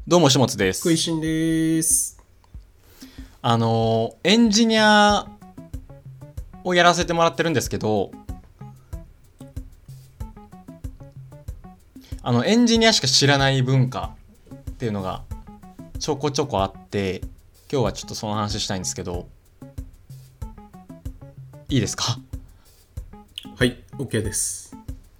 どうもしもつで食いす。 しんです。 エンジニアをやらせてもらってるんですけど、エンジニアしか知らない文化っていうのがちょこちょこあって、今日はちょっとその話したいんですけど、いいですか？ はい、OK です。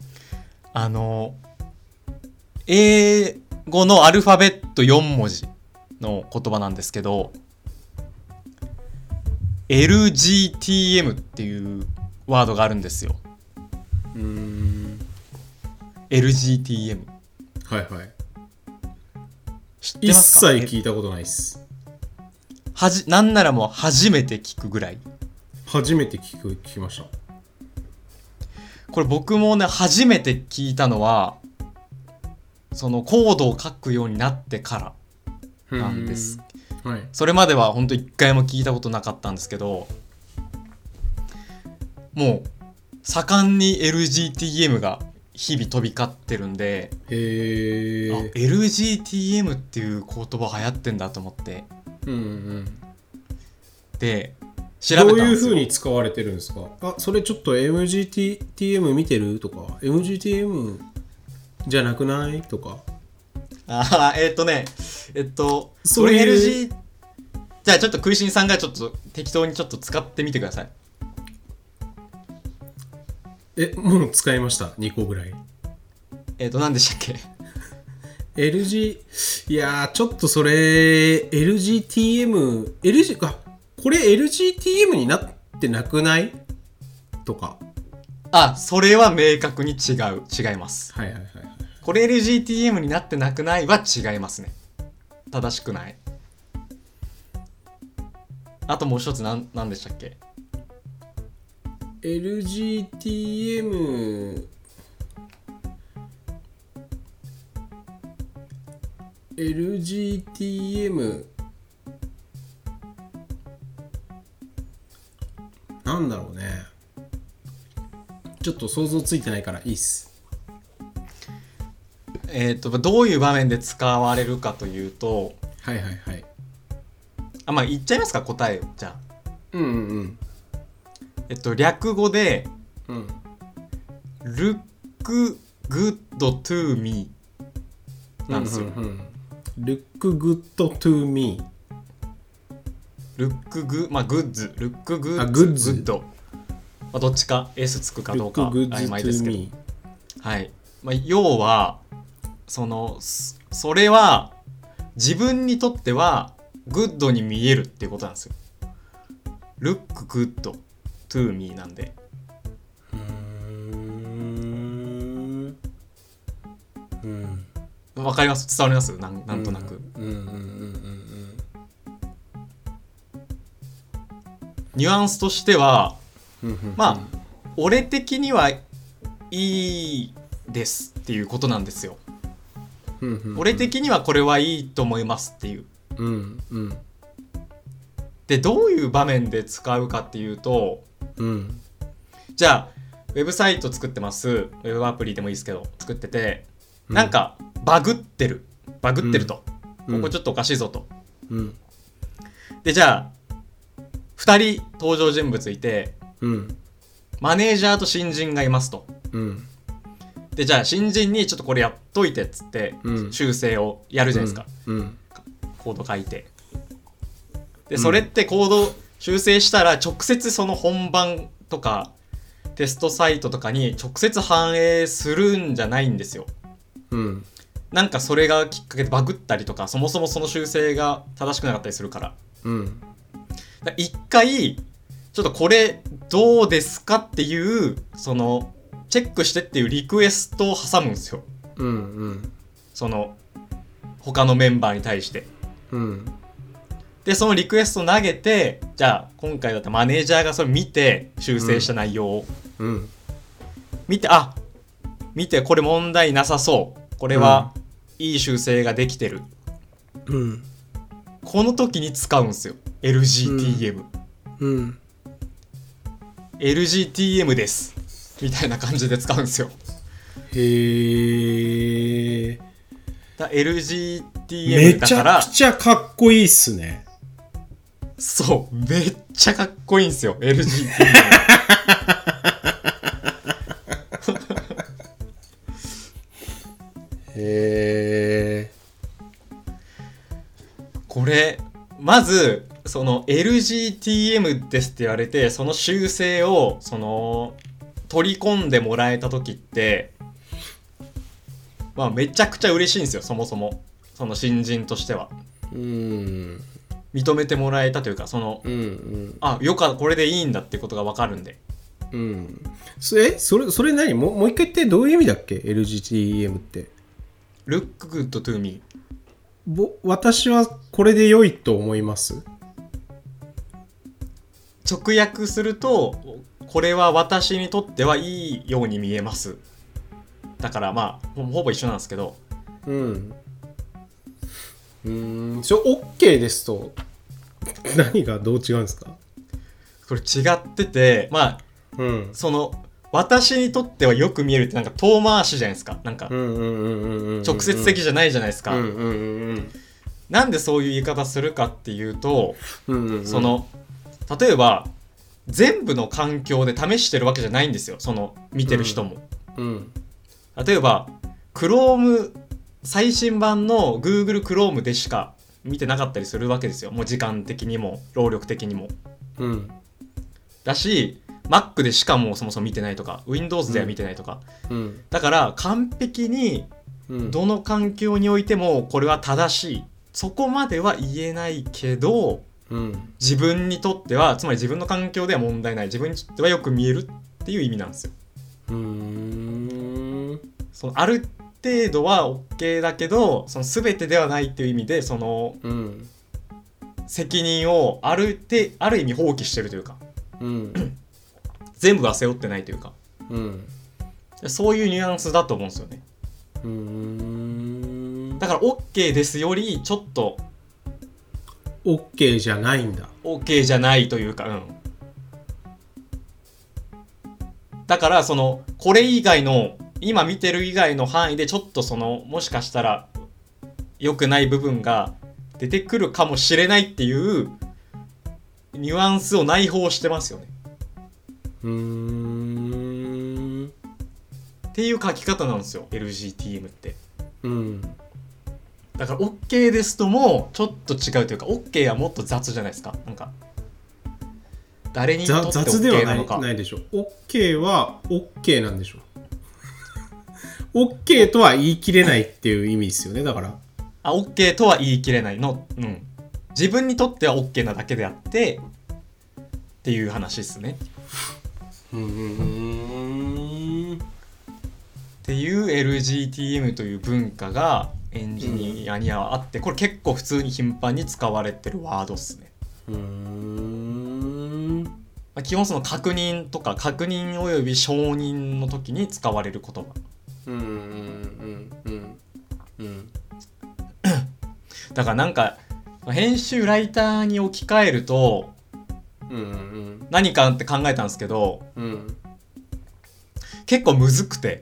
英語のアルファベット4文字の言葉なんですけど、LGTM っていうワードがあるんですよ。LGTM。 はいはい。 知ってますか？ 一切聞いたことないです。 なんならもう初めて聞くぐらい。 初めて聞きました。 これ僕もね、初めて聞いたのは、そのコードを書くようになってからなんです。 はい。 それまでは本当一回も聞いたことなかったんですけど、もう盛んに LGTM が日々飛び交ってるんで、LGTM っていう言葉流行ってんだと思って、で調べたんですよ。 どういう風に使われてるんですか？それちょっと MGTM 見てるとか MGTM じゃなくないとか。 それ LG じゃあちょっと食いしんさんがちょっと適当にちょっと使ってみてください。 もう使いました。2個ぐらい。 何でしたっけ？ いやー、ちょっとそれ LGTM これ LGTM になってなくないとか。 それは明確に違います。 はいはいはい。 これ LGTM になってなくないは違いますね。正しくない。あともう一つなんでしたっけ？ LGTM なんだろうね。ちょっと想像ついてないからいいっす。 どういう場面で使われるかというと、 はいはいはい。 言っちゃいますか、答えを。じゃあ略語で、look good to me なんですよ。 look good to me。 look good、goods、look good、 goods good、どっちか S つくかどうか曖昧ですけど、はい。要はそれは自分にとってはグッドに見えるっていうことなんですよ。look good to me なんで。わかります？伝わります？なんとなく。ニュアンスとしては、俺的にはいいですっていうことなんですよ。俺的にはこれはいいと思いますっていう。で、どういう場面で使うかっていうと、じゃあウェブサイト作ってます。ウェブアプリでもいいですけど作ってて、なんかバグってると、ここちょっとおかしいぞと、でじゃあ2人登場人物いて、マネージャーと新人がいますと、でじゃあ新人にちょっとこれやっといてっつって、修正をやるじゃないですか、コード書いて。でそれってコード修正したら直接その本番とかテストサイトとかに直接反映するんじゃないんですよ。なんかそれがきっかけでバグったりとか、そもそもその修正が正しくなかったりするから、一回ちょっとこれどうですかっていうそのチェックしてっていうリクエストを挟むんですよ。その他のメンバーに対して。でそのリクエスト投げて、じゃあ今回だったらマネージャーがそれ見て、修正した内容を、見てこれ問題なさそう、これはいい修正ができてる、この時に使うんですよ LGTM。LGTM ですみたいな感じで使うんですよ。 へー。 LGTM LGTM だから。 めちゃくちゃかっこいいっすね。 そう、めっちゃかっこいいんですよ、LGTM。 へー。 これまずその LGTM ですって言われて、その修正をその取り込んでもらえた時って、まあめちゃくちゃ嬉しいんですよ。そもそもその新人としては認めてもらえたというか、その、あ、よかこれでいいんだってことが分かるんで。 それ何もう一回言って、どういう意味だっけ LGTM って。 Look good to me。 私はこれで良いと思います。 直訳すると、これは私にとってはいいように見えます。だからまあほぼ一緒なんですけど。 それ OK ですと何がどう違うんですか？ これ違ってて、まあ、その私にとってはよく見えるってなんか遠回しじゃないですか。なんか直接的じゃないじゃないですか。なんでそういう言い方するかっていうと、その例えば全部の環境で試してるわけじゃないんですよ、その見てる人も。例えば Chrome 最新版の Google Chrome でしか見てなかったりするわけですよ。もう時間的にも労力的にも、だし Mac でしかもそもそも見てないとか Windows では見てないとか、だから完璧にどの環境においてもこれは正しい、そこまでは言えないけど、自分にとっては、つまり自分の環境では問題ない、自分にとってはよく見えるっていう意味なんですよ。そのある程度は OK だけど、その全てではないっていう意味で、その、責任をある意味放棄してるというか、全部は背負ってないというか、そういうニュアンスだと思うんですよね。だから OK ですよりちょっと OK じゃないんだ。 OK じゃないというか、だからそのこれ以外の今見てる以外の範囲でちょっとそのもしかしたら良くない部分が出てくるかもしれないっていうニュアンスを内包してますよね。っていう書き方なんですよ LGTM って。だから OK ですともちょっと違うというか、 OK はもっと雑じゃないですか。なんか誰にとって OK なのか。 雑ではないでしょ。 OK は OK なんでしょ。OK とは言い切れないっていう意味ですよね。だから OK とは言い切れないの、自分にとっては OK なだけであってっていう話ですね。っていう LGTM という文化がエンジニアにはあって、これ結構普通に頻繁に使われてるワードっすね。基本その確認とか確認および承認の時に使われる言葉。だからなんか編集ライターに置き換えると何かって考えたんですけど、結構むずくて、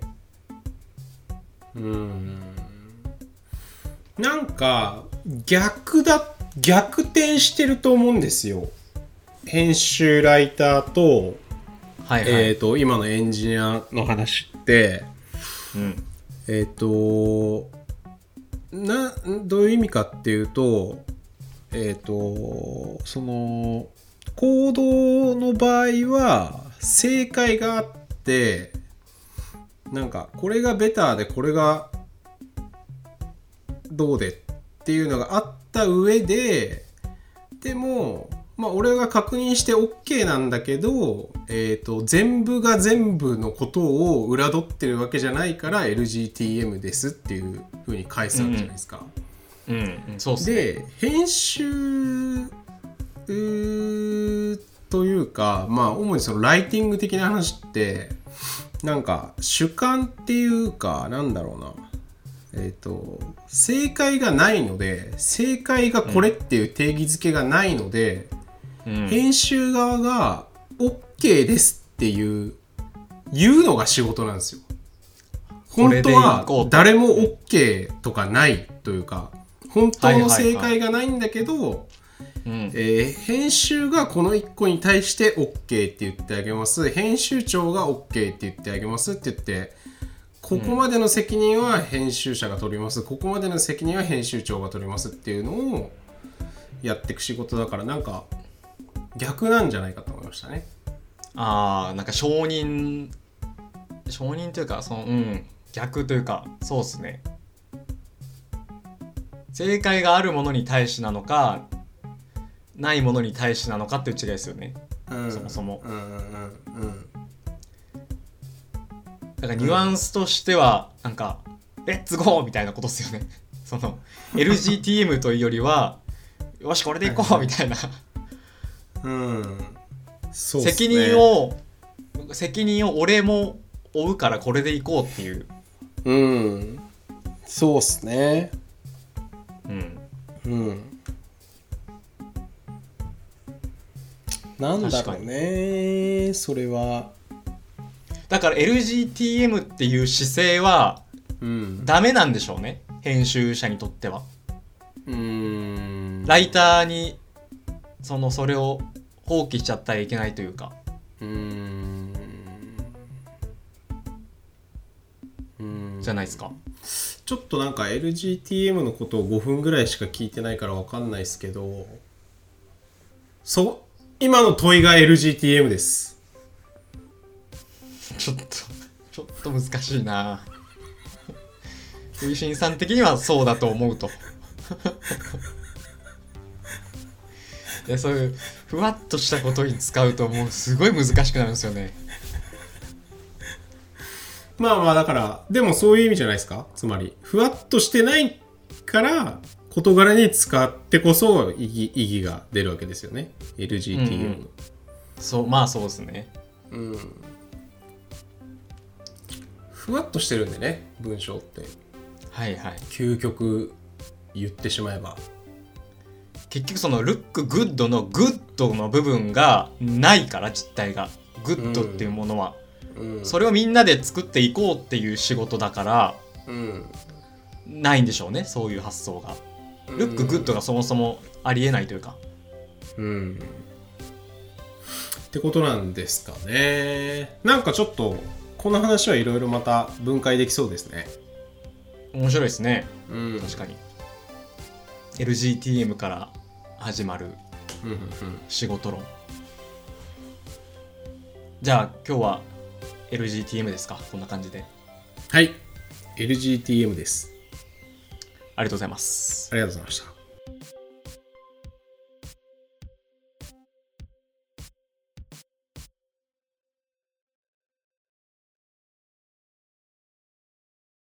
なんか逆転してると思うんですよ。編集ライターと、今のエンジニアの話って、どういう意味かっていうと、そのコードの場合は正解があって、なんかこれがベターでこれがどうでっていうのがあった上で、でもまあ俺が確認して OK なんだけど、全部が全部のことを裏取ってるわけじゃないから LGTM ですっていう風に返すわけじゃないですか。 そうっすね。 で編集というか、まあ主にそのライティング的な話ってなんか主観っていうか、なんだろうな、正解がないので、正解がこれっていう定義づけがないので、編集側が OK ですって言うのが仕事なんですよ。本当は誰も OK とかないというか、 本当の正解がないんだけど、編集がこの1個に対して OK って言ってあげます、編集長が OK って言ってあげますって言って、ここまでの責任は編集者が取ります、ここまでの責任は編集長が取りますっていうのをやっていく仕事だから、なんか逆なんじゃないかと思いましたね。 なんか承認というか逆というか、そうですね。正解があるものに対してなのかないものに対してなのかっていう違いですよね、そもそも。だからニュアンスとしてはなんかレッツゴーみたいなことですよね。その LGTM というよりはよしこれでいこうみたいなそうっすね、 責任を俺も負うからこれでいこうっていう。 そうっすね。なんだろうね、それは。 だから LGTM っていう姿勢はダメなんでしょうね、編集者にとっては。ライターにそれを放棄しちゃったらいけないというか。じゃないですか。 ちょっとなんか LGTM のことを5分ぐらいしか聞いてないから分かんないですけど、今の問いが LGTM です。 ちょっと難しいな。食いさん的にはそうだと思うと。いや、そういうふわっとしたことに使うともうすごい難しくなるんですよね。 まあだからでもそういう意味じゃないですか。つまりふわっとしてないから事柄に使ってこそ意義が出るわけですよね、 LGTM。 そうですね。 ふわっとしてるんでね、文章って。究極言ってしまえば結局そのルックグッドのグッドの部分がないから、実態がグッドっていうものは、それをみんなで作っていこうっていう仕事だから、ないんでしょうね、そういう発想が。ルックグッドがそもそもありえないというか。 ってことなんですかね。なんかちょっとこの話はいろいろまた分解できそうですね。 面白いですね、確かに。 LGTM から始まる仕事論。じゃあ今日は LGTM ですか。こんな感じで。 はい、 LGTM です。 ありがとうございます。 ありがとうございました。